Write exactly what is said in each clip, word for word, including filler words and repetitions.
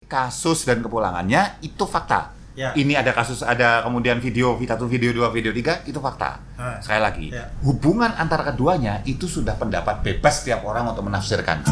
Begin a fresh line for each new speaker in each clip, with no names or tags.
kasus dan kepulangannya itu fakta.
Ya.
Ini ada kasus, ada kemudian video, video satu, video dua, video tiga, itu fakta.
Ah.
Sekali lagi,
Ya.
hubungan antara keduanya itu sudah pendapat bebas setiap orang untuk menafsirkan.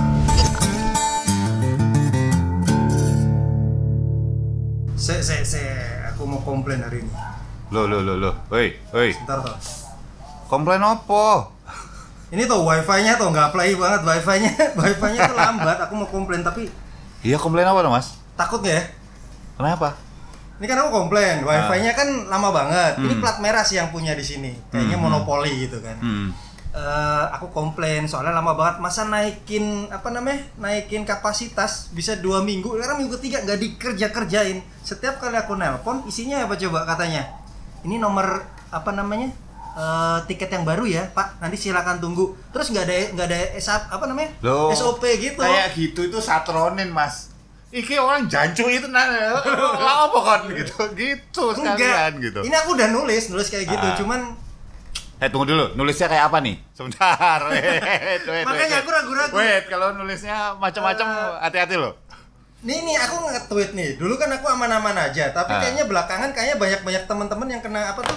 Se, se, se, aku mau komplain hari ini.
Loh, loh, loh, loh, woi, woi,
Bentar toh.
komplain apa?
Ini tuh wifi-nya tuh nggak play banget, wifi-nya, wifi-nya tuh lambat. Aku mau komplain tapi
Iya, komplain apa loh, Mas?
takut nggak ya?
Kenapa?
Ini kan aku komplain, wifi-nya kan lama banget. Ini
Hmm.
plat merah sih yang punya di sini, kayaknya
Hmm.
monopoli gitu kan.
Hmm.
Eh, aku komplain soalnya lama banget, masa naikin apa namanya, naikin kapasitas bisa dua minggu, sekarang minggu ketiga nggak dikerja kerjain. Setiap kali aku nelpon isinya apa coba katanya, ini nomor apa namanya, eh, tiket yang baru ya Pak, nanti silakan tunggu. Terus nggak ada nggak ada S A P, apa namanya,
Loh,
S O P gitu.
Kayak gitu itu satronin, Mas. Iki orang jancu itu nah, lah apa kan gitu, gitu sekalian gitu.
Ini aku udah nulis nulis kayak gitu,
Ah.
cuman
Eh tunggu dulu, nulisnya kayak apa nih? Sebentar, wait, wait,
makanya
wait,
aku ragu-ragu.
Wait, kalau nulisnya macam-macam
Uh,
hati-hati loh.
Nih nih aku nge-tweet nih. Dulu kan aku aman-aman aja, tapi
Ah.
kayaknya belakangan kayaknya banyak-banyak teman-teman yang kena apa tuh?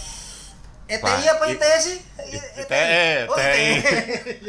E T I
Wah,
apa I T E sih?
I- I T E,
Oh,
T I.
I T E.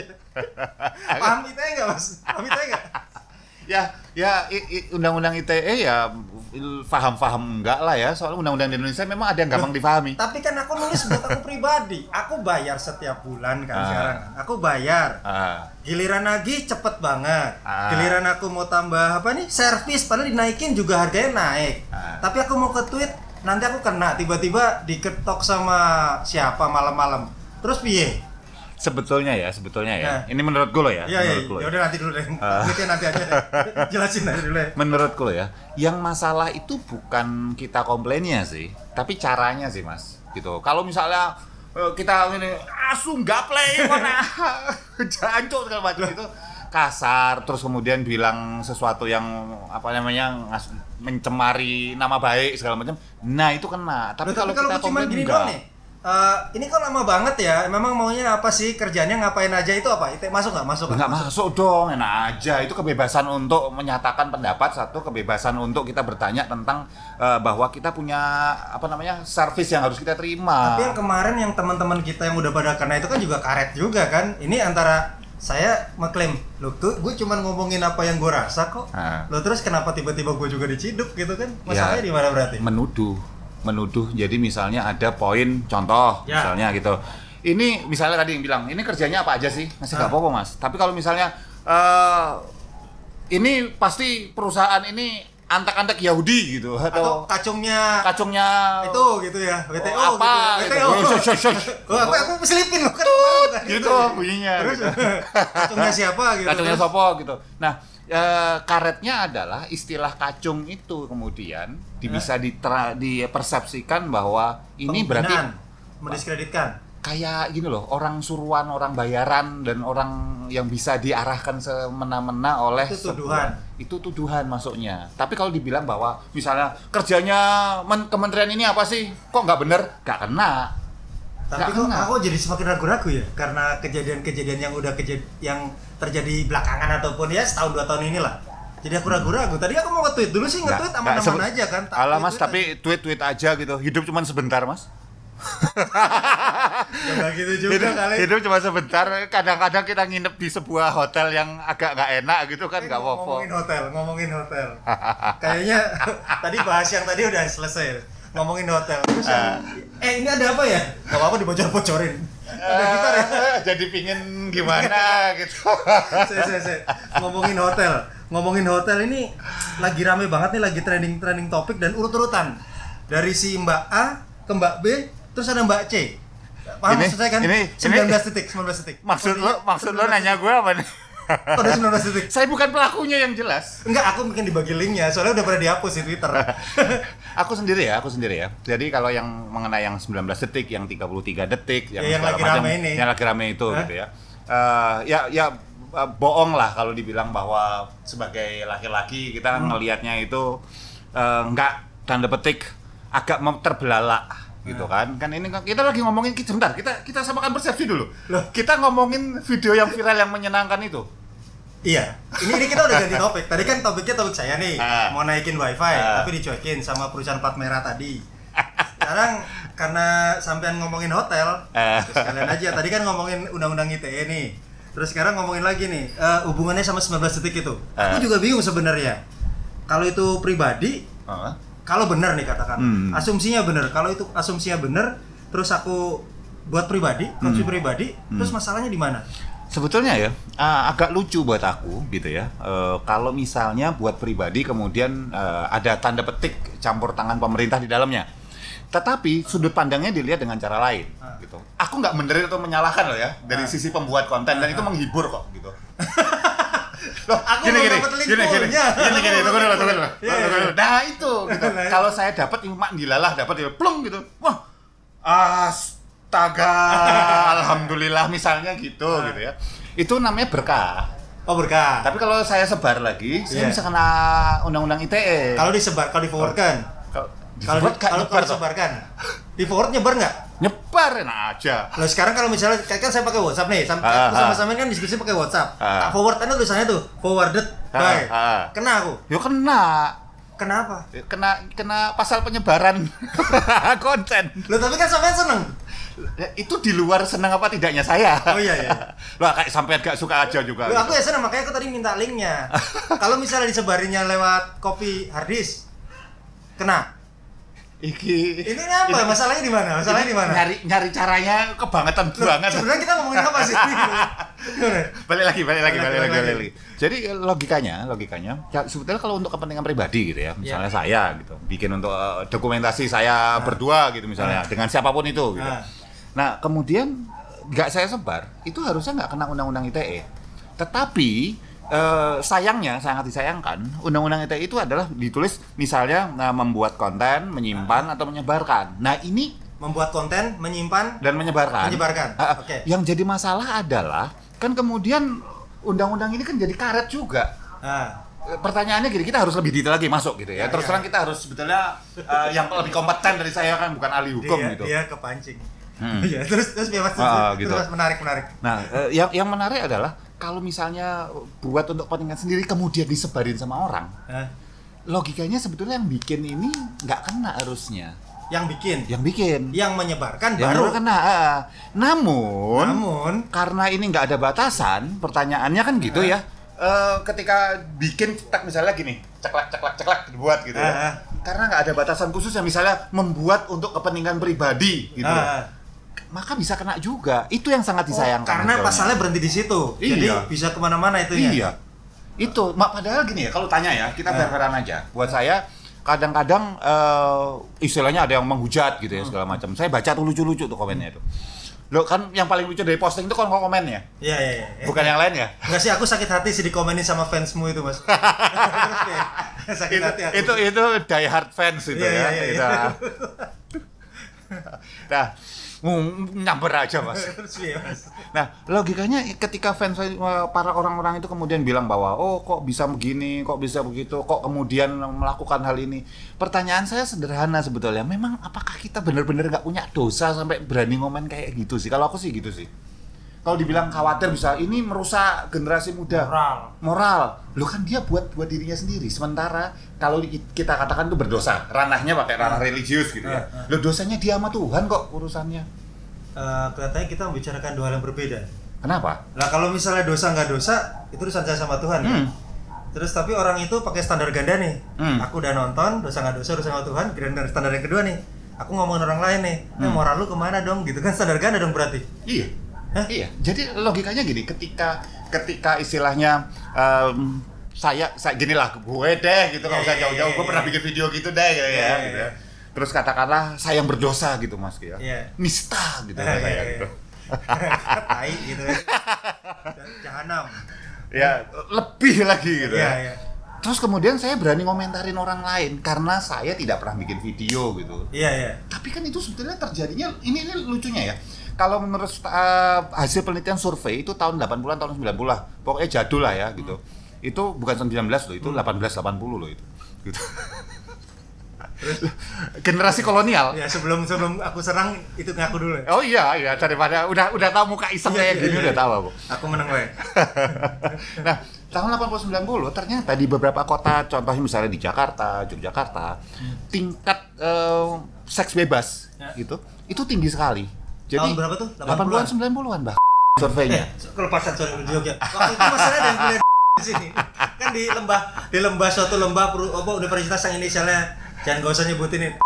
Paham I T E enggak, Mas? Paham I T E enggak?
Ya, ya i- i- undang-undang I T E ya paham-paham enggak lah ya, soalnya undang-undang di Indonesia memang ada yang gampang difahami.
Tapi kan aku nulis buat aku pribadi. Aku bayar setiap bulan kan
Ah.
sekarang. Aku bayar.
Ah,
Giliran lagi cepet banget.
Ah.
Giliran aku mau tambah apa nih? Servis, padahal dinaikin juga harganya naik.
Ah.
Tapi aku mau ke tweet, nanti aku kena tiba-tiba diketok sama siapa malam-malam. Terus piye?
sebetulnya ya, sebetulnya ya.
Nah.
Ini menurutku loh ya,
Iya, iya.
menurutku loh
Ya
ya.
udah nanti dulu deh.
Ah.
Tweetnya nanti aja deh. Jelasin aja dulu ya.
Menurutku loh ya, yang masalah itu bukan kita komplainnya sih, tapi caranya sih, Mas. Gitu. Kalau misalnya eh, kita ini asu nggak play mana jancuk segala macam itu kasar, terus kemudian bilang sesuatu yang apa namanya ngas- mencemari nama baik segala macam. Nah, itu kena. Tapi
Loh,
kalau kita
aku cuma
komplain
gini
enggak.
doang nih. Eh, ini kok lama banget ya. Memang maunya apa sih, kerjanya ngapain aja itu apa? Itu masuk nggak? Masuk
Enggak masuk dong, enak aja. Itu kebebasan untuk menyatakan pendapat, satu kebebasan untuk kita bertanya tentang eh, bahwa kita punya apa namanya servis yang harus kita terima.
Tapi yang kemarin yang teman-teman kita yang udah pada kena itu kan juga karet juga kan. Ini antara saya mengklaim, loh tuh gue cuma ngomongin apa yang gue rasa kok.
Nah.
Loh terus kenapa tiba-tiba gue juga diciduk gitu kan? Masalahnya di mana berarti?
Menuduh, menuduh. Jadi misalnya ada poin contoh,
Ya.
misalnya gitu. Ini misalnya tadi yang bilang, ini kerjanya apa aja sih? Masih nggak
Ah.
apa-apa, Mas. Tapi kalau misalnya eh ini pasti perusahaan ini antek-antek Yahudi gitu
Atau
atau
kacungnya
kacungnya
itu gitu ya, W T O
Oh, apa
gitu.
gitu.
W T O.
Shush, shush, shush.
Oh, aku aku selipin loh kan. kemarin kan
gitu bunyinya.
Terus
gitu.
kacungnya siapa gitu.
Kacungnya
Terus-
sopo gitu. Nah, eh, karetnya adalah istilah kacung itu kemudian di- bisa ditra- dipersepsikan bahwa ini berarti
Penghinaan, mendiskreditkan.
kayak gini loh, orang suruhan, orang bayaran dan orang yang bisa diarahkan semena-mena oleh
Itu
sebuah-
tuduhan.
itu tuduhan masuknya. Tapi kalau dibilang bahwa misalnya kerjanya men- kementerian ini apa sih? Kok nggak bener? Nggak kena.
Tapi
Nggak
kok
kena.
aku jadi semakin ragu-ragu ya karena kejadian-kejadian yang udah kejad yang terjadi belakangan ataupun ya setahun dua tahun inilah. Jadi aku ragu-ragu. Tadi aku mau nge-tweet dulu sih, nge-tweet
Nggak- nggak
aman-aman
sebe-
aja kan.
Alah Mas,
tweet-tweet
tapi tweet-tweet aja gitu. Hidup cuma sebentar, Mas.
ya nggak gitu juga
hidup,
kali.
hidup cuma sebentar. Kadang-kadang kita nginep di sebuah hotel yang agak nggak enak gitu kan, nggak apa-apa.
Ngomongin hotel, ngomongin hotel. Kayaknya tadi bahas yang tadi udah selesai. Ngomongin hotel. Terus yang, eh ini ada apa ya? Gak apa-apa dibocor-bocorin. Ada gitar ya?
Jadi pingin gimana gitu.
Saya, saya, saya. Ngomongin hotel. Ngomongin hotel ini lagi rame banget nih, lagi trending-trending topik dan urut-urutan. Dari si Mbak A ke Mbak B, terus ada Mbak C. Paham
Ini-
maksud saya kan?
ini-
sembilan belas
ini-
detik, sembilan belas detik.
Maksud lo, maksud lo nanya gue apa nih?
Oh, udah sembilan belas detik.
Saya bukan pelakunya yang jelas.
Enggak, aku mungkin dibagi linknya, soalnya udah pada dihapus di Twitter.
Aku sendiri ya, aku sendiri ya. Jadi kalau yang mengenai yang sembilan belas detik, yang tiga puluh tiga detik, yang,
Ya, yang
segala
lagi
macam,
rame ini.
yang lagi rame itu
Hah?
gitu ya. Eh, ya ya eh, bohong lah kalau dibilang bahwa sebagai laki-laki kita
Hmm.
ngelihatnya itu eh, enggak tanda petik agak mem- terbelalak gitu kan. Kan ini kan kita lagi ngomongin sebentar, kita kita samakan persepsi dulu.
Loh.
Kita ngomongin video yang viral yang menyenangkan itu.
Iya, ini, ini kita udah ganti topik. Tadi kan topiknya topik saya nih,
Ah.
mau naikin wifi,
Ah.
tapi dicuekin sama perusahaan plat merah tadi. Sekarang karena sampean ngomongin hotel,
Ah.
terus kalian aja. Tadi kan ngomongin undang-undang I T E nih. Terus sekarang ngomongin lagi nih, eh, hubungannya sama sembilan belas detik itu. Aku
Ah.
juga bingung sebenarnya. Kalau itu pribadi,
Heeh.
kalau benar nih katakan,
Hmm.
asumsinya benar. Kalau itu asumsinya benar, terus aku buat pribadi, konsumsi
Hmm.
pribadi, terus masalahnya di mana?
Sebetulnya ya uh, agak lucu buat aku gitu ya. Uh, kalau misalnya buat pribadi kemudian uh, ada tanda petik campur tangan pemerintah di dalamnya. Tetapi sudut pandangnya dilihat dengan cara lain
Ah.
gitu. Aku nggak benerin atau menyalahkan loh ya dari
Ah.
sisi pembuat konten dan
Ah.
itu menghibur kok gitu. Loh,
Aku
gini
mau
gini,
dapet
gini gini,
lingkungannya.
gini gini, tunggu dulu, tunggu dulu,
Iya,
tunggu
iya.
dulu. Nah itu, gitu.
Nah, iya.
Kalau saya dapat mak dilalah dapat ya plung gitu. Wah, astaga, alhamdulillah misalnya gitu,
Ah.
gitu ya. Itu namanya berkah.
Oh berkah.
Tapi kalau saya sebar lagi, saya
Iya.
bisa kena undang-undang I T E.
Kalau disebar, kalau di forwardkan,
Kalau
kalau
disebar,
di- kalau
nyebar
kalau
toh.
disebarkan, di forward nyebar nggak?
Nyebar enak aja.
Loh sekarang kalau misalnya kan kan saya pakai WhatsApp nih, sama
Ah,
aku
ah.
sama-sama kan diskusi pakai WhatsApp.
Ah.
Tak forward kan tulisannya tuh forwarded
Ah,
by.
ah.
Kena aku.
Yo kena,
Kenapa?
kena kena pasal penyebaran konten.
Loh tapi kan sampean seneng.
Ya, itu di luar senang apa tidaknya saya.
Oh iya iya.
Lah kayak sampean gak suka aja juga.
Loh,
gitu.
aku ya seneng makanya aku tadi minta linknya. Kalau misalnya disebarinya lewat copy hard disk, kena.
Iki
Ini apa? Masalahnya di mana? Masalahnya
ini
di mana?
Nyari nyari caranya kebangetan
Loh,
banget.
sebenarnya kita ngomongin apa sih? Gimana?
balik lagi, balik lagi, balik lagi,
Balik
balik
lagi.
lagi. Jadi logikanya, logikanya, ya, sebetulnya kalau untuk kepentingan pribadi gitu ya, misalnya
Ya.
saya gitu, bikin untuk eh, dokumentasi saya
Nah.
berdua gitu misalnya,
Nah.
dengan siapapun itu gitu.
Nah.
Nah kemudian nggak saya sebar, itu harusnya nggak kena undang-undang I T E. Tetapi eh, sayangnya, sangat disayangkan, undang-undang I T E itu adalah ditulis misalnya nah, membuat konten, menyimpan atau menyebarkan. Nah ini
Membuat konten, menyimpan,
dan menyebarkan.
Menyebarkan,
Ah, ah.
oke.
Yang jadi masalah adalah kan kemudian undang-undang ini kan jadi karet juga.
nah,
Eh, Pertanyaannya gini, kita harus lebih detail lagi masuk gitu ya.
Ya,
Terus
ya.
terang kita harus sebetulnya eh, yang lebih kompeten dari saya kan bukan ahli hukum
dia,
gitu.
dia kepancing.
Hmm.
Iya, terus terus biar mas,
Ah,
terus,
gitu.
mas menarik menarik.
Nah, eh, yang yang menarik adalah kalau misalnya buat untuk kepentingan sendiri kemudian disebarin sama orang,
Hah?
logikanya sebetulnya yang bikin ini nggak kena harusnya.
Yang bikin,
Yang bikin.
yang menyebarkan
Yang
baru.
baru kena. ah. Namun,
Namun,
karena ini nggak ada batasan, pertanyaannya kan gitu ya. Eh, ketika bikin tak misalnya gini, ceklak ceklak ceklak dibuat gitu ya.
Ah.
Karena nggak ada batasan khusus yang misalnya membuat untuk kepentingan pribadi gitu.
ah,
Maka bisa kena juga. Itu yang sangat
oh,
disayangkan.
karena
sebetulnya.
pasalnya berhenti di situ. Jadi
Iya.
bisa kemana-mana itunya.
Iya. Itu, mak padahal gini ya, kalau tanya ya, kita
Ah.
fair-fairan aja. Buat saya kadang-kadang eh, istilahnya ada yang menghujat gitu ya segala macam. Saya baca tuh lucu-lucu tuh komennya itu. Loh kan yang paling lucu dari posting itu kan komennya,
Iya iya iya.
bukan yang lain ya.
Enggak sih, aku sakit hati sih dikomenin sama fansmu itu, Mas. Terus deh, sakit
itu,
hati aku.
itu itu die hard fans itu
Iya,
ya.
iya, iya,
Itu. Nah, mm, nyamber aja mas.
Terus ya, Mas.
Nah, logikanya ketika fans eh, para orang-orang itu kemudian bilang bahwa oh kok bisa begini, kok bisa begitu, kok kemudian melakukan hal ini. Pertanyaan saya sederhana sebetulnya. Memang apakah kita benar-benar nggak punya dosa sampai berani ngomen kayak gitu sih? Kalau aku sih gitu sih. Kalau dibilang khawatir bisa ini merusak generasi muda.
Moral.
Moral. Loh kan dia buat buat dirinya sendiri. Sementara kalau di- kita katakan itu berdosa, ranahnya pakai ranah religius gitu ya.
Ah, ah.
Loh dosanya dia sama Tuhan kok urusannya.
Eh, kelihatannya kita membicarakan dua hal yang berbeda.
Kenapa?
Nah kalau misalnya dosa nggak dosa, itu urusan saya sama Tuhan. kan?
Hmm.
Terus tapi orang itu pakai standar ganda nih.
Hmm.
Aku udah nonton, dosa nggak dosa, urusan sama Tuhan. Dan standar yang kedua nih, aku ngomongin orang lain nih. Eh
Hmm.
moral lu kemana dong? Gitu kan standar ganda dong berarti.
Iya.
Hah?
Iya. Jadi logikanya gini, ketika ketika istilahnya em, saya, saya gini lah, gue deh gitu,
Iya,
nggak usah
iya,
jauh-jauh,
iya,
gue
iya.
pernah bikin video gitu deh, gitu
Iya,
ya,
iya,
gitu
iya.
ya. Terus katakanlah saya yang berdosa gitu mas, ya.
Iya.
Nista gitu
Iya,
kata
iya,
saya
iya.
gitu.
Tai gitu. Jahanam.
Ya lebih lagi gitu.
Iya,
ya.
iya.
Terus kemudian saya berani ngomentarin orang lain karena saya tidak pernah bikin video gitu.
Iya, iya.
Tapi kan itu sebetulnya terjadinya, ini ini lucunya ya. Kalau menurut uh, hasil penelitian survei itu tahun delapan puluhan, tahun sembilan puluh lah. Pokoknya jadul lah ya gitu.
Hmm.
Itu bukan sembilan belas loh, itu delapan belas delapan puluh loh itu. Gitu. Generasi kolonial.
Ya sebelum sebelum aku serang itu ngaku dulu ya.
Oh iya, iya daripada udah udah tahu muka iseng
Iya,
kayak
iya,
gini
iya.
udah tahu aku.
Aku menang wae.
Nah, tahun delapan puluh sembilan puluh ternyata di beberapa kota, contohnya misalnya di Jakarta, Yogyakarta, hmm. tingkat uh, seks bebas ya. gitu, itu tinggi sekali. Jadi
tahun berapa tuh?
delapan puluhan sembilan puluhan bah surveinya.
Eh, kelepasan sorry di Jogja. Waktu itu masalah ada yang kuliah di sini. Kan di lembah di lembah suatu lembah apa universitas yang inisialnya jangan gak usah nyebutin ini.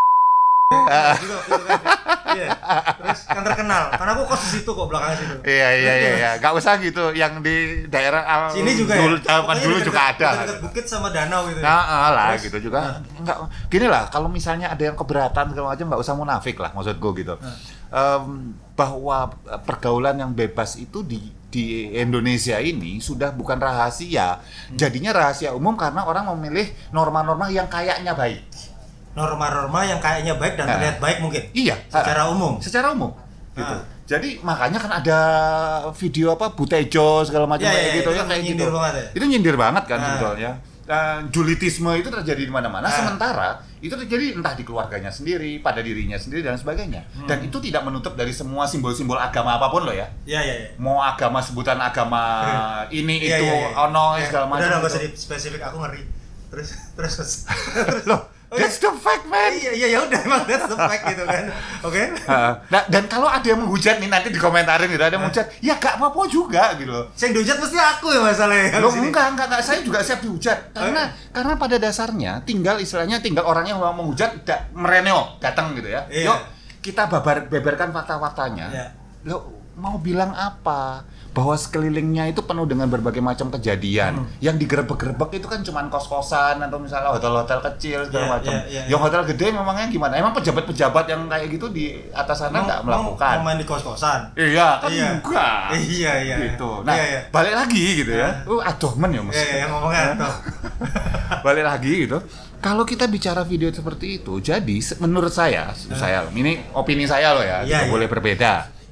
Uh. Juga, gitu kan. Iya. Terus kan terkenal karena aku kos di situ kok belakang situ.
Iya iya iya iya. Enggak usah gitu yang di daerah al
sini juga
dulu,
ya.
Zaman dulu
deket,
juga ada.
Dekat bukit sama danau gitu.
Nah, lah
terus,
gitu juga. Enggak uh. gini lah kalau misalnya ada yang keberatan segala macam enggak usah munafik lah maksud gue gitu. Uh. Um, bahwa pergaulan yang bebas itu di di Indonesia ini sudah bukan rahasia. Hmm. Jadinya rahasia umum karena orang memilih norma-norma yang kayaknya baik.
Norma-norma yang kayaknya baik dan terlihat uh. baik mungkin.
Iya,
secara
uh.
umum.
Secara umum. Gitu.
Uh.
Jadi makanya kan ada video apa Butejo segala macam
ya,
kayak
ya,
gitu
ya
kayak gitu.
Ya.
Itu nyindir banget kan uh. sebetulnya. Uh, julitisme itu terjadi di mana-mana, uh. sementara itu terjadi entah di keluarganya sendiri, pada dirinya sendiri dan sebagainya. Hmm. Dan itu tidak menutup dari semua simbol-simbol agama apapun loh ya.
Iya iya. Ya.
Mau agama sebutan agama ini
ya,
itu
ya, ya.
ono
ya,
segala macam.
Udah enggak usah spesifik, aku ngeri. Terus terus terus
loh. That's the fact, man.
Iya iya ya udah emang that's the fact gitu kan. Oke. Okay?
Uh, nah, dan kalau ada yang menghujat nih nanti dikomentarin gitu, ada yang menghujat, ya gak apa-apa juga gitu loh.
Yang dihujat mesti aku ya masalahnya.
Loh enggak, enggak, enggak, saya juga siap dihujat. Karena okay. karena pada dasarnya tinggal istilahnya tinggal orang yang mau menghujat da, mereneo datang gitu ya. Iya. Yuk kita babar beberkan fakta-faktanya. Iya. Lo mau bilang apa? Bahwa sekelilingnya itu penuh dengan berbagai macam kejadian. Hmm. Yang digerebek-gerebek itu kan cuman kos-kosan atau misalnya hotel-hotel kecil segala yeah, macam. Yeah, yeah, yang yeah. hotel gede memangnya gimana? Emang pejabat-pejabat yang kayak gitu di atas sana nggak melakukan?
Mau main di kos-kosan?
Iya, kan
iya.
enggak.
Iya, iya.
Gitu. Nah,
iya, iya.
balik lagi gitu ya.
Uh,
aduh men ya mesti.
Iya, iya, ngomongnya aduh.
Balik lagi gitu. Kalau kita bicara video seperti itu, jadi menurut saya, uh. saya ini opini saya loh ya, yeah, yeah. boleh berbeda.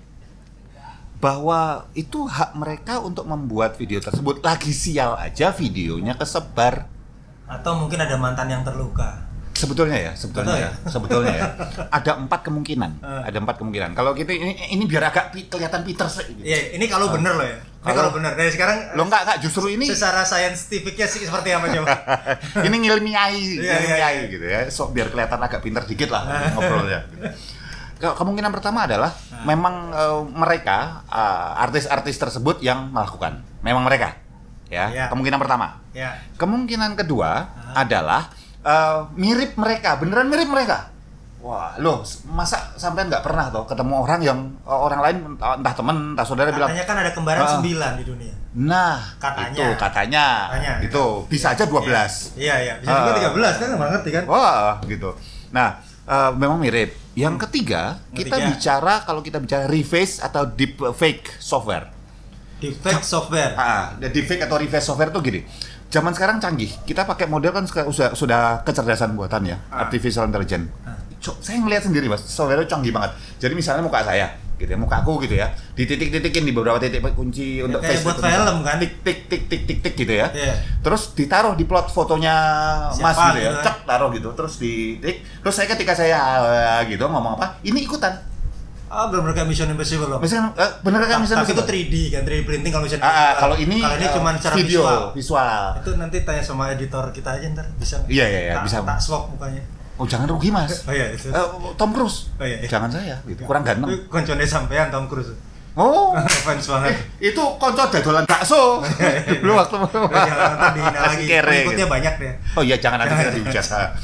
Bahwa itu hak mereka untuk membuat video tersebut. Lagi sial aja videonya kesebar.
Atau mungkin ada mantan yang terluka.
Sebetulnya ya, sebetulnya ya, ya, sebetulnya ya. Ada empat kemungkinan, uh. ada empat kemungkinan. Kalau kita ini ini biar agak pi, kelihatan Peters gitu.
Iya, ini kalau uh. bener loh ya. Ini kalau bener. Dari sekarang
lo enggak enggak justru ini
secara scientificnya sih seperti apa coba?
Ini ngilmiai,
yeah,
ngilmiai
yeah, yeah.
gitu ya. So biar kelihatan agak pinter dikit lah ngobrolnya. Kemungkinan pertama adalah hmm. memang uh, mereka uh, artis-artis tersebut yang melakukan, memang mereka, ya. Yeah. Kemungkinan pertama.
Yeah.
Kemungkinan kedua uh. adalah uh, mirip mereka, beneran mirip mereka. Wah, loh, masa sampai nggak pernah toh ketemu orang yang uh, orang lain entah teman, entah saudara
katanya
bilang.
Katanya kan ada kembaran uh, sembilan di dunia.
Nah,
katanya.
itu katanya, katanya itu bisa aja dua belas.
Iya, iya, bisa juga tiga belas kan, nggak ngerti kan?
Wah, gitu. Nah. Uh, memang mirip. Yang hmm. ketiga, kita ketiga. bicara kalau kita bicara reface atau deep fake software.
Deep fake software.
Ah, deep fake atau reface software tuh gini. Zaman sekarang canggih. Kita pakai model kan sudah sudah kecerdasan buatan ya, ah. artificial intelligence. Ah. Cok, saya ngelihat sendiri mas, software itu canggih banget. Jadi misalnya muka saya, gitu ya, muka aku gitu ya, dititik-titikin di beberapa titik kunci
ya,
untuk
face buat film kan,
tik tik tik tik tik tik gitu ya.
Yeah.
Terus ditaruh di plot fotonya
siapa,
mas gitu ya,
gitu
cek taruh gitu, terus di tik. Terus saya ketika saya uh, gitu ngomong apa, ini ikutan.
Ah, bener-bener kayak Mission Impossible loh.
Misalkan, uh, bener kayak Mission
Impossible. Tapi itu three D kan, three D printing kalau Mission
Impossible. Uh, kalau ini,
kalau ini uh, cuma secara
video,
visual.
visual.
Itu nanti tanya sama editor kita aja ntar bisa.
Iya iya iya, bisa.
Tak swap mukanya.
Oh jangan rugi mas.
Oh iya. Itu.
Uh, Tom Cruise.
Oh iya. iya.
Jangan saya, gitu. Kurang ganteng.
Itu koncone sampean Tom Cruise.
Oh,
fans banget.
Eh, itu konco dadolan bakso. Dulu waktu
jangan nanti dihina lagi. Ikutnya gitu. Banyak deh.
Oh iya, jangan nanti saya dihujat.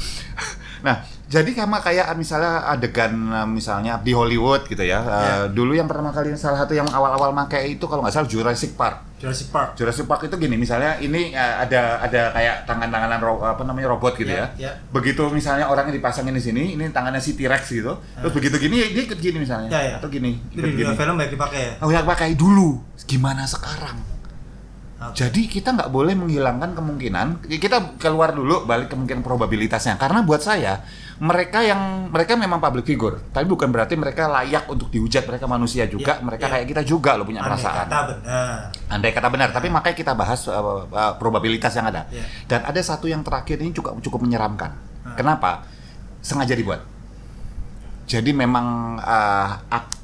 Nah, jadi sama kayak misalnya adegan misalnya di Hollywood gitu ya. Yeah. Uh, dulu yang pertama kali salah satu yang awal-awal pakai itu kalau nggak salah Jurassic Park.
Jurassic Park.
Jurassic Park itu gini, misalnya ini uh, ada ada kayak tangan-tanganan ro, apa namanya robot gitu yeah, ya. Yeah. Begitu misalnya orangnya dipasangin di sini, ini tangannya si T-Rex gitu. Uh. Terus begitu gini dia ikut gini misalnya.
Yeah, yeah.
Atau gini.
Itu di gini. Film baik dipakai ya.
Oh, ya pakai dulu. Gimana sekarang? Okay. Jadi kita nggak boleh menghilangkan kemungkinan. Kita keluar dulu balik kemungkinan probabilitasnya. Karena buat saya mereka yang mereka memang public figure, tapi bukan berarti mereka layak untuk dihujat. Mereka manusia juga, ya, mereka ya. Kayak kita juga loh punya
andai
perasaan.
Andai kata benar.
Andai kata benar. Ya. Tapi makanya kita bahas uh, uh, probabilitas yang ada.
Ya.
Dan ada satu yang terakhir ini juga cukup menyeramkan. Hmm. Kenapa? Sengaja dibuat. Jadi memang uh,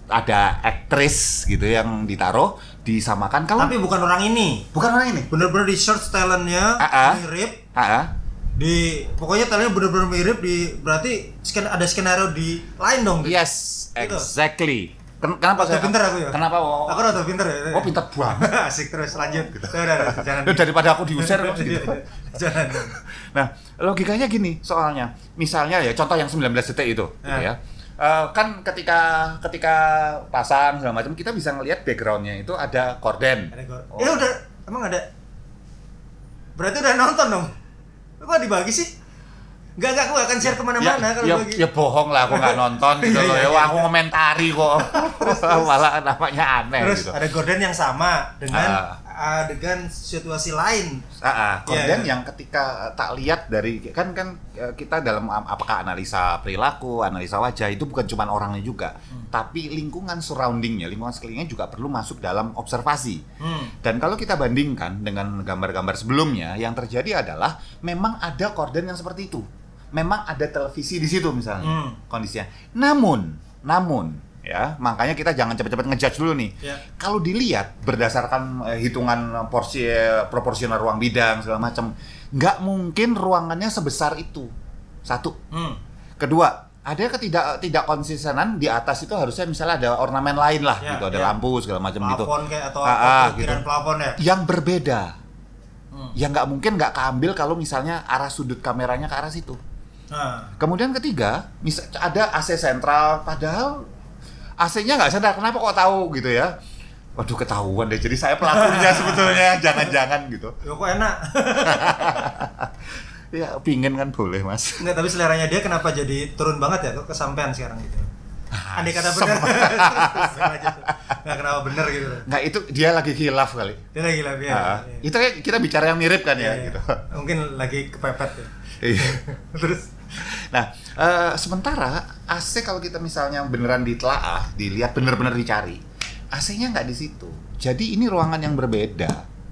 ada aktris gitu yang ditaruh disamakan kalau
Tapi bukan orang ini.
bukan orang ini.
Bener-bener di search talentnya
Ah, ah.
mirip.
Ah, ah.
Di pokoknya talentnya bener-bener mirip di berarti sken, ada skenario di lain dong.
Yes,
Gitu.
exactly. Ken- kenapa
Rada
saya?
pinter aku ya.
Kenapa? Oh,
Aku rada pinter ya.
oh pinter banget.
Asik terus lanjut. Udah, udah, udah, jangan.
Lu daripada aku diusir kok gitu.
Jangan.
Nah, logikanya gini soalnya. Misalnya ya contoh yang sembilan belas detik itu gitu
Ya.
ya. Eh, kan ketika ketika pasang segala macam kita bisa ngelihat backgroundnya itu ada korden.
Ada gor.
Oh.
Ya udah, emang ada. Berarti udah nonton dong. Kok dibagi sih? Enggak, enggak, aku akan share kemana-mana
ya,
kalau
ya,
bagi.
ya bohong lah, aku nggak nonton gitu
Iya,
loh.
iya,
Ya,
iya.
aku komentari kok. Malah namanya aneh
Terus
gitu.
ada gorden yang sama dengan
Ah.
adegan situasi lain.
Ah, ah, korden
Iya, iya.
yang ketika tak lihat dari kan kan eh, kita dalam am- apakah analisa perilaku, analisa wajah itu bukan cuma orangnya juga,
Hmm.
tapi lingkungan surroundingnya, lingkungan sekelilingnya juga perlu masuk dalam observasi.
Hmm.
Dan kalau kita bandingkan dengan gambar-gambar sebelumnya, yang terjadi adalah memang ada korden yang seperti itu. Memang ada televisi di situ misalnya
Hmm.
kondisinya. Namun, namun ya, makanya kita jangan cepat-cepat ngejudge dulu nih.
Ya.
Kalau dilihat berdasarkan eh, hitungan porsi eh, proporsional ruang bidang segala macam, nggak mungkin ruangannya sebesar itu. Satu.
Hmm.
Kedua, ada ketidak tidak konsistenan di atas itu harusnya misalnya ada ornamen lain lah
Ya,
gitu, ada
ya.
lampu segala macam gitu.
Plafon kayak atau
Ah,
apa
ah,
ukiran
gitu.
plafon ya.
Yang berbeda.
Hmm.
Yang nggak mungkin nggak keambil kalau misalnya arah sudut kameranya ke arah situ.
Nah,
Kemudian ketiga, misal ada A C sentral, padahal A C-nya nggak sadar, kenapa kok tahu gitu ya? Waduh, ketahuan deh, jadi saya pelakunya sebetulnya, jangan-jangan gitu.
ya kok enak.
Ya, pingin kan boleh mas.
Enggak, tapi seleranya dia kenapa jadi turun banget ya? Kok kesampean sekarang gitu. Andai kata benar. Enggak kenapa benar gitu.
Nggak, itu dia lagi khilaf kali.
Dia lagi lah ya.
Ah, itu kayak kita bicara yang mirip kan ya,
Iya, iya.
gitu.
Mungkin lagi kepepet ya.
Iya.
Terus
Nah, eh, sementara A C kalau kita misalnya beneran ditelaah, dilihat bener-bener dicari, A C-nya nggak di situ. Jadi ini ruangan yang berbeda.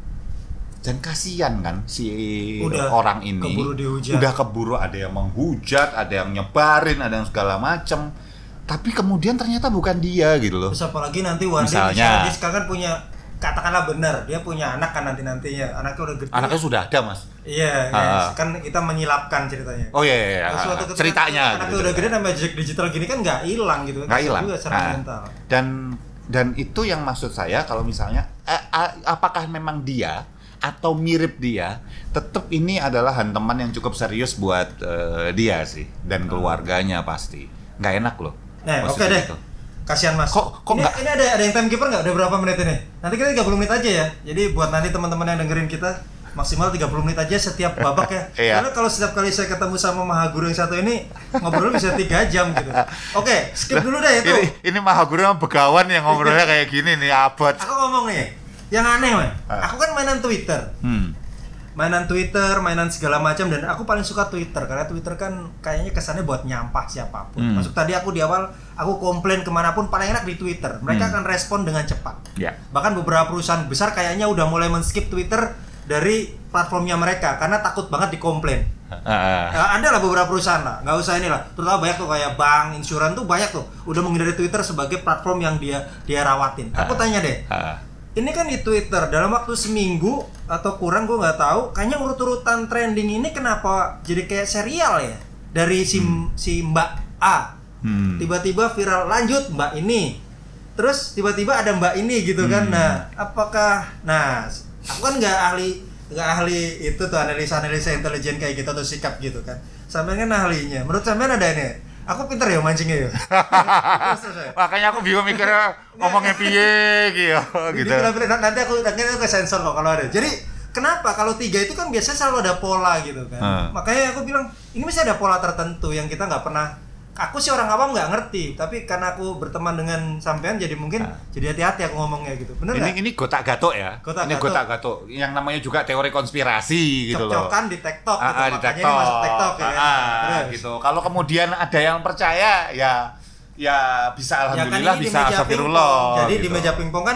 Dan kasihan kan si
Udah
orang ini
keburu dihujat.
udah keburu, ada yang menghujat, ada yang nyebarin, ada yang segala macem. Tapi kemudian ternyata bukan dia gitu loh.
terus apalagi nanti Wandi
Misalnya.
misalnya dia sekarang kan punya, katakanlah benar, dia punya anak kan nanti-nantinya. Anaknya udah gede.
Anaknya sudah ada mas.
Iya,
Ah.
iya. Kan kita menyilapkan ceritanya.
Oh iya, iya, iya.
Nah, suatu ketika
Ceritanya.
anaknya
gitu,
udah gede
ceritanya.
namanya jejak digital gini kan nggak hilang gitu.
Nggak
Kasian
hilang.
juga secara
Ah.
mental.
Dan dan itu yang maksud saya kalau misalnya eh, a- apakah memang dia atau mirip dia, tetap ini adalah hantaman yang cukup serius buat eh, dia sih dan keluarganya pasti. Nggak enak loh.
Nah, oke
posisi
deh.
itu.
Kasihan Mas.
Kok- kok
ini,
nggak-
ini ada ada yang timekeeper nggak? Udah berapa menit ini? Nanti kita tiga puluh menit aja ya. Jadi buat nanti teman-teman yang dengerin kita maksimal tiga puluh menit aja setiap babak ya.
Iya.
Karena kalau setiap kali saya ketemu sama Mahaguru yang satu ini ngobrol bisa tiga jam gitu. Oke, skip dulu deh itu.
Ini ini Mahaguru sama Begawan yang ngobrolnya kayak gini nih abad.
Aku ngomong nih, yang aneh man.
Ah.
Aku kan mainan Twitter.
Hmm.
Mainan Twitter, mainan segala macam, dan aku paling suka Twitter karena Twitter kan kayaknya kesannya buat nyampah siapapun.
Hmm.
Masuk tadi aku di awal aku komplain kemanapun paling enak di Twitter. Mereka
Hmm.
akan respon dengan cepat.
Ya.
Bahkan beberapa perusahaan besar kayaknya udah mulai men-skip Twitter dari platformnya mereka karena takut banget dikomplain.
Ah.
Nah, ada lah beberapa perusahaan lah, nggak usah ini lah. Terutama banyak tuh kayak bank, insuran tuh banyak tuh udah menghindari Twitter sebagai platform yang dia dia rawatin. Aku
Ah.
tanya deh,
Ah.
ini kan di Twitter dalam waktu seminggu atau kurang gue nggak tahu, kayaknya urut-urutan trending ini kenapa jadi kayak serial ya, dari si si Mbak A
Hmm.
tiba-tiba viral, lanjut Mbak ini, terus tiba-tiba ada Mbak ini gitu kan.
Hmm.
Nah, apakah, nah aku kan nggak ahli nggak ahli itu tuh analisa-analisa intelijen kayak gitu atau sikap gitu kan, sampean kan ahlinya. Menurut sampean ada ini, aku pinter ya mancingnya ya. Terus, terus, ya.
Makanya aku bingung mikirnya ngomongnya piye gitu. gitu.
Dibilang-bilang, nanti aku nanti aku ke sensor kok kalau ada. Jadi kenapa kalau tiga itu kan biasanya selalu ada pola gitu kan.
Hmm.
Makanya aku bilang ini mesti ada pola tertentu yang kita nggak pernah. Aku sih orang awam nggak ngerti, tapi karena aku berteman dengan sampean jadi mungkin
Hmm.
jadi hati-hati aku ngomongnya gitu. Bener
Ini
nggak?
ini gotak gatok ya.
Gotak
ini
gatok.
gotak gatok yang namanya juga teori konspirasi gitu loh.
Cok-cokan di TikTok gitu.
Ah, ah, di
Makanya ini
TikTok.
masuk TikTok ya. kan?
Ah, ah,
Terus.
gitu. Kalau kemudian ada yang percaya ya ya bisa
Ya kan
alhamdulillah
ini di
bisa
meja
astagfirullah.
pingpong. Jadi
gitu.
di meja pingpong kan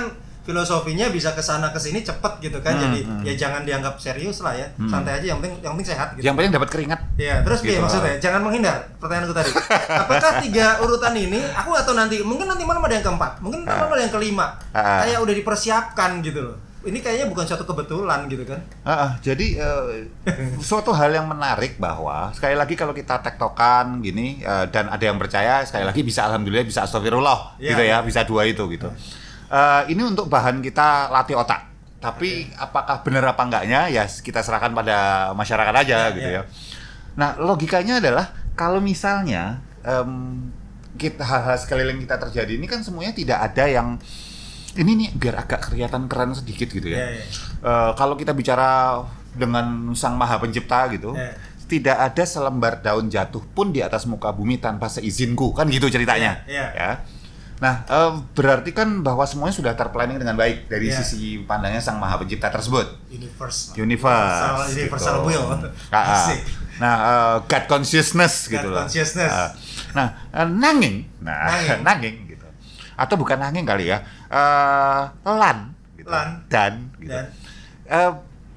filosofinya bisa ke sana ke sini cepet gitu kan.
Hmm,
Jadi
hmm.
ya jangan dianggap serius lah ya.
Hmm.
Santai aja, yang penting yang penting sehat gitu.
Yang penting dapat keringat.
Iya, terus
Gitu.
gini maksudnya, jangan menghindar. Pertanyaanku tadi. Apakah tiga urutan ini, aku nggak tahu nanti, mungkin nanti malam ada yang keempat, mungkin nanti malam ada yang kelima.
Ah.
Kayak udah dipersiapkan gitu loh. Ini kayaknya bukan suatu kebetulan gitu kan.
Uh, uh, jadi uh, suatu hal yang menarik bahwa sekali lagi kalau kita tektokan gini uh, dan ada yang percaya sekali lagi bisa alhamdulillah bisa astagfirullah
Ya,
gitu ya,
ya.
bisa dua itu gitu. Uh, ini untuk bahan kita latih otak. Tapi okay. apakah benar apa enggaknya ya kita serahkan pada masyarakat aja ya, gitu ya. ya. Nah, logikanya adalah kalau misalnya um, kita hal-hal sekeliling kita terjadi ini kan semuanya tidak ada yang ini nih biar agak kelihatan keren sedikit gitu ya.
Yeah, yeah.
Uh, kalau kita bicara dengan Sang Maha Pencipta gitu, yeah. tidak ada selembar daun jatuh pun di atas muka bumi tanpa seizinku, kan gitu ceritanya.
Yeah, yeah.
Ya. Nah, uh, berarti kan bahwa semuanya sudah terplanning dengan baik dari
yeah.
sisi pandangnya Sang Maha Pencipta tersebut.
Universe.
Universe.
Universal, universal
gitu.
will.
Nah, nah uh, God consciousness
God
gitu loh.
consciousness.
Uh, nah, uh, nanging, nah
nanging.
nanging gitu. Atau bukan nanging kali ya, uh, lan, gitu.
Lan.
dan, gitu.
Dan.
Uh,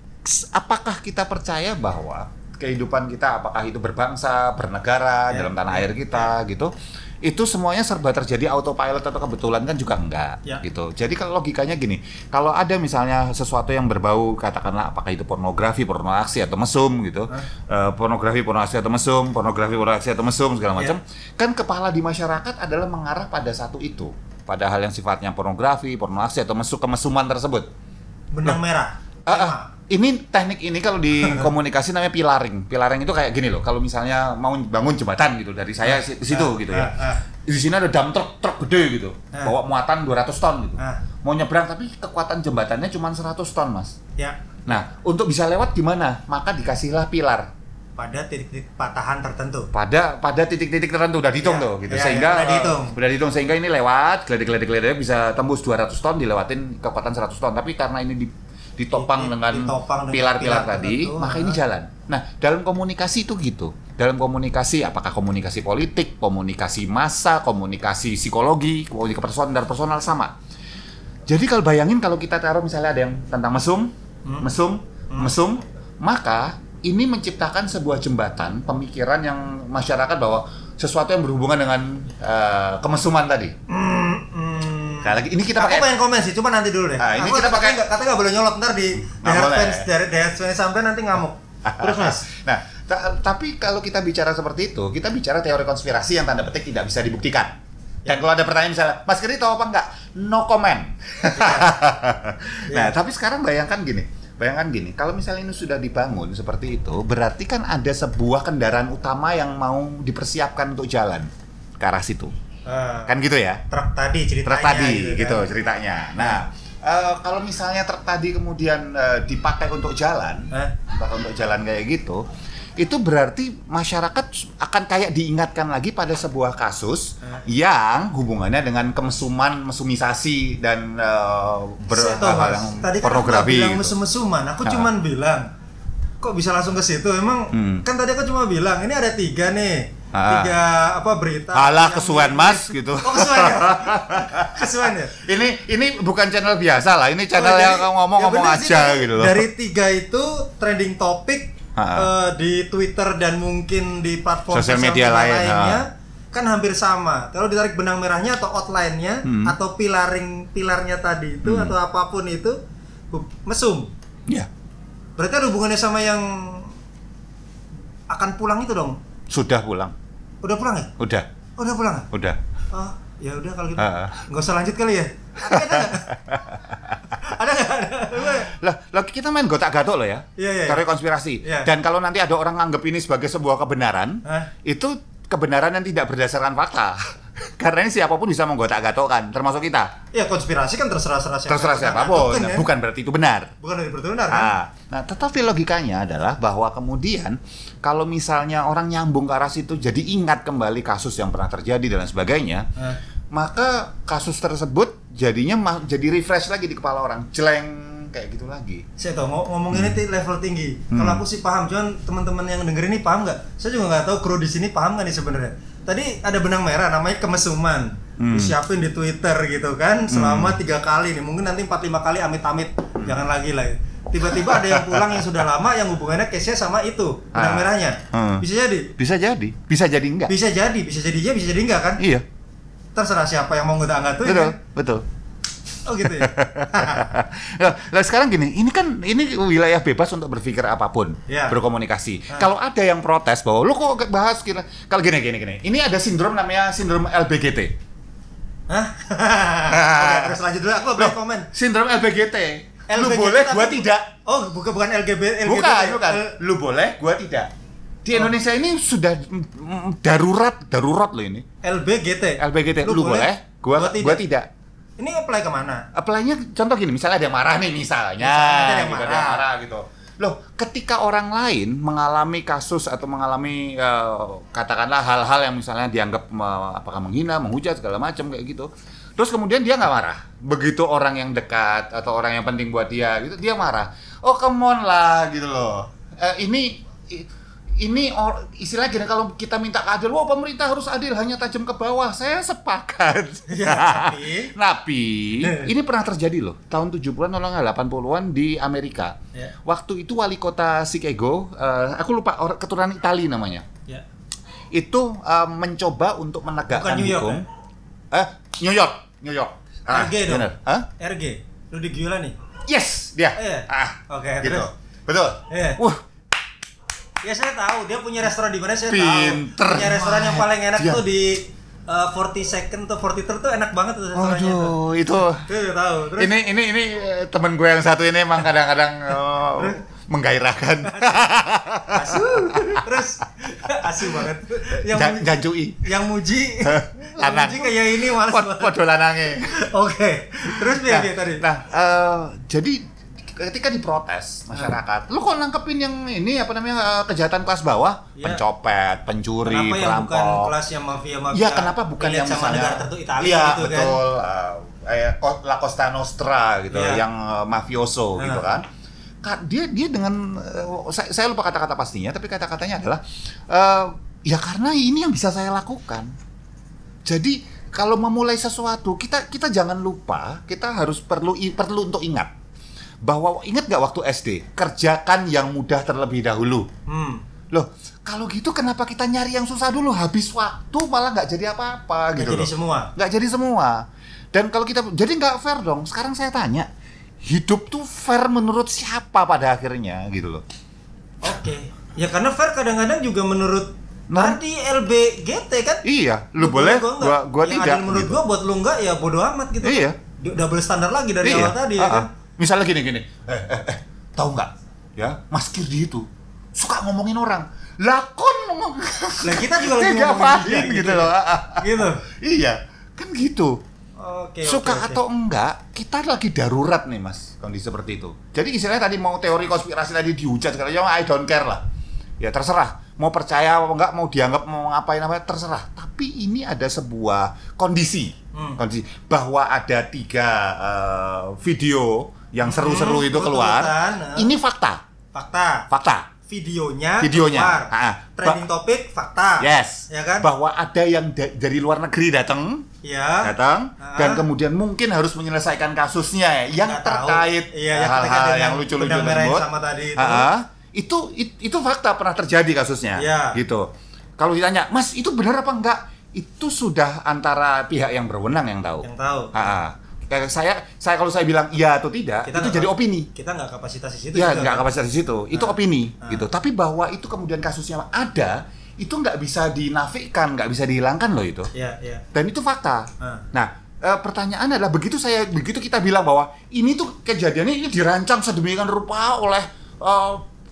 apakah kita percaya bahwa kehidupan kita, apakah itu berbangsa, bernegara,
ya,
dalam tanah
ya,
air kita, ya. gitu, itu semuanya serba terjadi autopilot atau kebetulan kan juga enggak,
ya.
gitu. Jadi kalau logikanya gini, kalau ada misalnya sesuatu yang berbau, katakanlah apakah itu pornografi, pornoaksi atau mesum, gitu, uh, pornografi, pornoaksi atau mesum, pornografi, pornoaksi atau mesum segala macam, ya. kan kepala di masyarakat adalah mengarah pada satu itu. Pada hal yang sifatnya pornografi, pornoaksi atau mesum kemesuman tersebut.
Benang merah.
Uh, uh, ini teknik ini kalau di komunikasi namanya pilaring. Pilaring itu kayak gini loh. Kalau misalnya mau bangun jembatan gitu dari saya ke situ uh, gitu ya. Uh, uh. Di sini ada dump truck truk gede gitu. Uh. Bawa muatan dua ratus ton gitu. Uh. Mau nyebrang tapi kekuatan jembatannya cuma seratus ton, Mas.
Ya.
Nah, untuk bisa lewat gimana? Maka dikasihlah pilar.
Pada titik-titik patahan tertentu.
Pada pada titik-titik tertentu udah dihitung ya, tuh gitu. Ya, sehingga
ya, udah dihitung.
Uh, udah dihitung sehingga ini lewat geledek-geledek bisa tembus dua ratus ton dilewatin kekuatan seratus ton. Tapi karena ini di, ditopang di, dengan pilar-pilar tadi, tertentu, maka ini jalan. Nah, dalam komunikasi itu gitu. Dalam komunikasi apakah komunikasi politik, komunikasi massa, komunikasi psikologi, komunikasi personal dan personal sama. Jadi kalau bayangin kalau kita taruh misalnya ada yang tentang mesum, hmm. mesum, hmm. mesum, maka ini menciptakan sebuah jembatan pemikiran yang masyarakat bahwa sesuatu yang berhubungan dengan uh, kemesuman tadi. Mm, mm. Nah, lagi ini kita
pakai. Aku pengen komen sih, cuma nanti dulu deh.
Nah, ini
aku
kita pakai.
Katanya nggak boleh nyolot ntar di fans dari fans sampai nanti ngamuk. Terus Mas.
Nah, ta- tapi kalau kita bicara seperti itu, kita bicara teori konspirasi yang tanda petik tidak bisa dibuktikan. Dan kalau ada pertanyaan misalnya, Mas Keri tahu apa enggak? No comment. Nah, tapi sekarang bayangkan gini. Bayangkan gini, kalau misalnya ini sudah dibangun seperti itu, berarti kan ada sebuah kendaraan utama yang mau dipersiapkan untuk jalan ke arah situ. Uh, kan gitu ya?
Truk tadi ceritanya.
Truk tadi gitu, gitu
kan?
ceritanya. Nah, uh, kalau misalnya truk tadi kemudian uh, dipakai untuk jalan, huh? dipakai untuk jalan kayak gitu, itu berarti masyarakat akan kayak diingatkan lagi pada sebuah kasus uh. yang hubungannya dengan kemesuman, mesumisasi dan uh, berhal yang
tadi
pornografi.
Tadi kan aku bilang gitu. mesum-mesuman, aku uh. cuman bilang kok bisa langsung ke situ? Emang hmm. kan tadi aku cuma bilang ini ada tiga nih. Ah. Tiga apa berita?
Alah kesuwen Mas gitu.
Oh kesuwen ya? Kesuwen ya?
Ini ini bukan channel biasa lah, ini channel oh, yang ngomong-ngomong ya aja sih, gitu loh.
Dari tiga itu trending topik uh, di Twitter dan mungkin di platform
sosial media lain,
lainnya ha. kan hampir sama. Kalau ditarik benang merahnya atau outline-nya hmm. atau pilaring pilarnya tadi itu hmm. atau apapun itu mesum.
Iya.
Berarti ada hubungannya sama yang akan pulang itu dong.
Sudah pulang.
Udah pulang ya?
Udah.
Oh, udah pulang ya?
Udah.
Oh, ya udah kalau gitu.
Uh.
Nggak usah lanjut kali ya. Ada nggak?
Lah, lah kita main gotak-gatok loh ya.
Iya, iya.
Teori konspirasi.
Iya.
Dan kalau nanti ada orang nganggep ini sebagai sebuah kebenaran, huh? itu kebenaran yang tidak berdasarkan fakta. Karena ini siapapun bisa menggotak-gatokkan, termasuk kita.
Ya konspirasi kan terserah-serah siapa.
Terserah siapapun,
kan, ya?
bukan berarti itu benar.
Bukan berarti benar kan?
Nah, nah, tetapi logikanya adalah bahwa kemudian kalau misalnya orang nyambung ke arah situ, jadi ingat kembali kasus yang pernah terjadi dan sebagainya, eh. maka kasus tersebut jadinya ma- jadi refresh lagi di kepala orang, jeleng kayak gitu lagi.
Saya tahu ngom- ngomongin ini hmm. level tinggi. Hmm. Kalau aku sih paham, cuman teman-teman yang denger ini paham nggak? Saya juga nggak tahu kru di sini paham nggak nih sebenarnya. Tadi ada benang merah namanya kemesuman. hmm. disiapin di Twitter gitu kan selama hmm. tiga kali nih, mungkin nanti empat lima kali amit-amit, hmm. jangan lagi lah. Tiba-tiba ada yang pulang yang sudah lama yang hubungannya case-nya sama itu benang ah. merahnya. Hmm. Bisa jadi.
Bisa jadi. Bisa jadi enggak.
Bisa jadi. Bisa jadi iya, bisa jadi enggak kan?
Iya.
Terserah siapa yang mau ngeta-ngatuin.
Betul.
Kan?
Betul.
Oh gitu ya.
Nah sekarang gini, ini kan ini wilayah bebas untuk berpikir apapun, ya. Berkomunikasi. Nah. Kalau ada yang protes bahwa lo kok bahas gini, kalau gini gini gini, ini ada sindrom namanya sindrom L B G T.
Hah? Oke, terus lanjut dulu. Aku boleh komen.
Sindrom L B G T. L B G T lu boleh, gua tidak.
Oh, bukan bukan L G B T.
Bukan, bukan. Lu boleh, gua tidak. Di oh. Indonesia ini sudah darurat, darurat lo ini.
L B G T.
L B G T. Lu, lu boleh, boleh, gua gua tidak. Gua tidak.
Ini apply kemana?
Apply-nya contoh gini, misalnya ada yang marah nih misalnya, misalnya ada yang marah. Ada yang marah gitu. Loh, ketika orang lain mengalami kasus atau mengalami uh, katakanlah hal-hal yang misalnya dianggap uh, apakah menghina, menghujat segala macam kayak gitu. Terus kemudian dia nggak marah. Begitu orang yang dekat atau orang yang penting buat dia gitu, dia marah. Oh, come on lah gitu loh. Uh, ini ini or, istilahnya gini, kalau kita minta keadilan, wah pemerintah harus adil, hanya tajam ke bawah. Saya sepakat. Ya, tapi, tapi ini pernah terjadi loh. Tahun tujuh puluhan atau delapan puluhan di Amerika. Ya. Waktu itu wali kota Chicago, uh, aku lupa orang keturunan Itali namanya. Ya. Itu uh, mencoba untuk menegakkan
Bukan New York,
hukum.
Ya?
Eh, New York, New York.
Ah, R G dong.
Hah?
R G. Rudy Giuliani.
Yes, dia.
Eh.
Ah,
oke. Okay,
gitu.
Terus?
Betul.
Eh.
Wah.
Ya saya tahu, dia punya restoran di mana saya
Pinter.
tahu. Punya restoran yang paling enak
dia.
tuh di uh, forty second tuh forty third tuh enak banget tuh restorannya.
Aduh, itu.
Itu tahu. Terus
ini ini ini temen gue yang satu ini emang kadang-kadang oh, menggairahkan.
Asu. Terus asu banget. Yang
ja, jancui.
Yang muji. Yang muji kayak ini malas banget.
Podo lanange.
Oke. Terus dia nah, tadi.
Nah, uh, jadi ketika diprotes masyarakat, lu kok nangkepin yang ini apa namanya kejahatan kelas bawah, ya. Pencopet, pencuri,
kenapa
perampok.
Kenapa yang bukan kelas yang mafia-mafia?
Iya, kenapa bukan yang
sama
misalnya
negara tertentu Italia
iya,
gitu
betul,
kan?
Uh, La Costa Nostra gitu, ya. Yang uh, mafioso
nah.
gitu kan. Dia dia dengan uh, saya, saya lupa kata-kata pastinya, tapi kata-katanya adalah uh, ya karena ini yang bisa saya lakukan. Jadi kalau memulai sesuatu, kita kita jangan lupa, kita harus perlu perlu untuk ingat bahwa ingat nggak waktu S D, kerjakan yang mudah terlebih dahulu. Hmm. Loh, kalau gitu kenapa kita nyari yang susah dulu? Habis waktu malah nggak jadi apa-apa gitu.
Nggak jadi
loh.
semua.
Nggak jadi semua. Dan kalau kita jadi nggak fair dong. Sekarang saya tanya, hidup tuh fair menurut siapa pada akhirnya gitu loh?
Oke. Ya karena fair kadang-kadang juga menurut nah, anti L B G T kan?
Iya, lu boleh, gua gua, gua
yang
tidak.
Yang menurut gitu. Gua buat lu enggak ya bodo amat gitu.
Iya.
Double standar lagi dari
iya.
awal tadi
uh-uh.
ya kan?
Misalnya gini-gini, eh, eh, eh, tahu nggak, ya, Mas Kirdi itu suka ngomongin orang, lakon ngomong,
lah kita juga lagi
ngomongin dia, gitu, gitu loh,
gitu,
iya, kan gitu,
okay,
suka
okay,
atau
okay.
enggak, kita lagi darurat nih mas, kondisi seperti itu. Jadi istilahnya tadi mau teori konspirasi tadi dihujat segala macam, I don't care lah, ya terserah, mau percaya atau enggak, mau dianggap mau ngapain apa terserah. Tapi ini ada sebuah kondisi, hmm. kondisi bahwa ada tiga uh, video yang seru-seru hmm, itu keluar. Betul, ini fakta.
Fakta.
Fakta.
Videonya.
Videonya.
Keluar.
Ha-ha.
Trending
ba-
topik fakta.
Yes.
Ya kan?
Bahwa ada yang da- dari luar negeri datang.
Ya.
Datang
ha.
dan kemudian mungkin harus menyelesaikan kasusnya yang
Nggak
terkait
iya, yang
hal-hal
yang,
yang lucu-lucu
tersebut. Sama tadi itu.
Itu, itu itu fakta pernah terjadi kasusnya.
Ya.
Gitu. Kalau ditanya, "Mas, itu benar apa enggak?" Itu sudah antara pihak yang berwenang yang tahu.
Yang tahu.
Ha-ha. Kayak saya, saya kalau saya bilang iya atau tidak, kita itu jadi opini.
Kita nggak kapasitas di situ.
Ya, nggak kapasitas di situ. Itu
nah,
opini,
nah.
gitu. Tapi bahwa itu kemudian kasusnya ada, itu nggak bisa dinafikan, nggak bisa dihilangkan loh itu.
Iya, iya.
Dan itu fakta.
Nah,
nah e, pertanyaan adalah begitu saya, begitu kita bilang bahwa ini tuh kejadiannya ini dirancang sedemikian rupa oleh uh,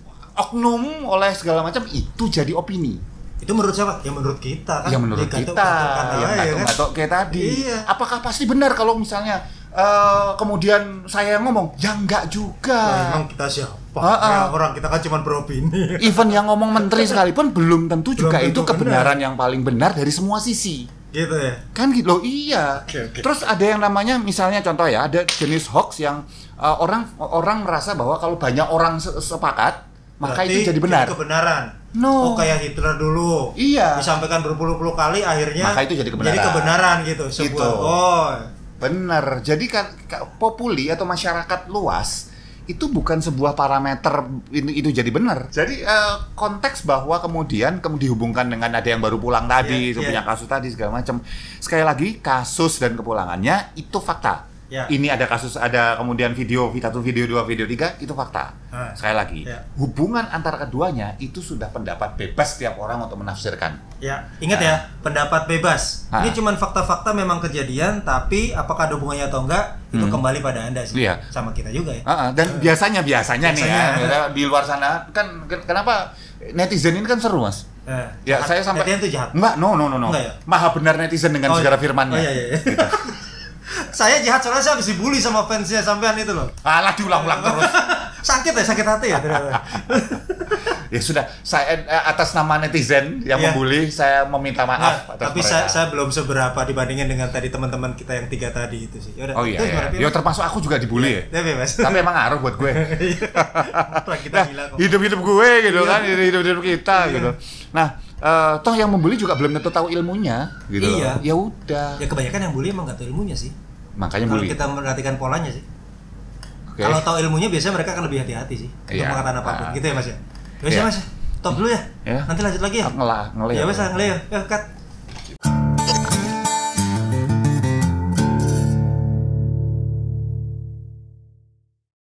oknum, oleh segala macam, itu jadi opini.
Itu menurut siapa? Ya menurut kita kan.
Ya menurut
ya,
kita.
Gatok,
yang gatok-gatok kayak tadi.
Iya.
Apakah pasti benar kalau misalnya uh, kemudian saya ngomong? Ya enggak juga.
Nah, emang kita siapa?
Uh-uh.
Ya, orang kita kan cuma beropini.
Even yang ngomong menteri sekalipun belum tentu juga
belum
itu
tentu
kebenaran
benar.
yang paling benar dari semua sisi.
Gitu ya?
Kan gitu loh, iya.
Okay, okay.
Terus ada yang namanya misalnya contoh ya, ada jenis hoax yang uh, orang orang merasa bahwa kalau banyak orang se- sepakat maka
Berarti
itu jadi benar.
Kebenaran.
No.
Oh kayak Hitler dulu.
Iya.
Disampaikan berpuluh-puluh kali akhirnya.
Maka itu jadi kebenaran.
Jadi kebenaran gitu. Sebuah.
Gitu.
Oh.
Bener. Jadi kan populi atau masyarakat luas itu bukan sebuah parameter itu, itu jadi benar. Jadi uh, konteks bahwa kemudian kemudian dihubungkan dengan ada yang baru pulang tadi, yeah, itu yeah. punya kasus tadi segala macam. Sekali lagi kasus dan kepulangannya itu fakta. Yeah. Ini ada kasus, ada kemudian video, satu video, dua video, tiga, itu fakta. Uh, Sekali lagi, yeah. hubungan antara keduanya itu sudah pendapat bebas setiap orang untuk menafsirkan.
Ya, ingat nah. ya, pendapat bebas. Nah. Ini cuma fakta-fakta memang kejadian, tapi apakah ada hubungannya atau enggak, itu hmm. kembali pada Anda sih.
Yeah.
Sama kita juga ya.
Uh, dan uh. biasanya, biasanya, biasanya nih ya, di luar sana, kan kenapa netizen ini kan seru, Mas?
Uh,
ya,
jahat.
saya sampai...
Netizen itu jahat?
Enggak, no, no, no, no.
Enggak, ya?
Maha benar netizen dengan
oh,
segala
iya.
firmannya.
Oh, iya, iya, iya. Gitu. Saya jahat soalnya saya habis dibully sama fansnya sampean itu loh.
Alah, diulang-ulang terus.
Sakit ya, sakit hati ya.
Ya sudah, saya atas nama netizen yang yeah. membuli, saya meminta maaf.
Nah, tapi saya, saya belum seberapa dibandingin dengan tadi teman-teman kita yang tiga tadi itu sih. Yaudah,
oh iya, iya. Ya termasuk aku juga dibully ya.
Ya, bebas.
Tapi emang ngaruh buat gue.
Kita
nah, hidup-hidup gue gitu
iya.
kan, hidup-hidup kita iya. gitu. Nah, Uh, toh yang membuli juga belum tentu tahu ilmunya gitu.
Iya.
Ya udah.
Ya kebanyakan yang bully emang nggak tahu ilmunya sih.
Makanya
kalau
bully.
kita memperhatikan polanya sih.
Okay.
Kalau tahu ilmunya biasanya mereka akan lebih hati-hati sih
iya.
untuk mengatakan apapun. Uh, gitu ya Mas ya. Biasa
iya.
Mas. Top dulu ya.
ya.
Nanti lanjut lagi ya.
Ngelah, ngelih.
Ya wes ngelih ya. Ya cut.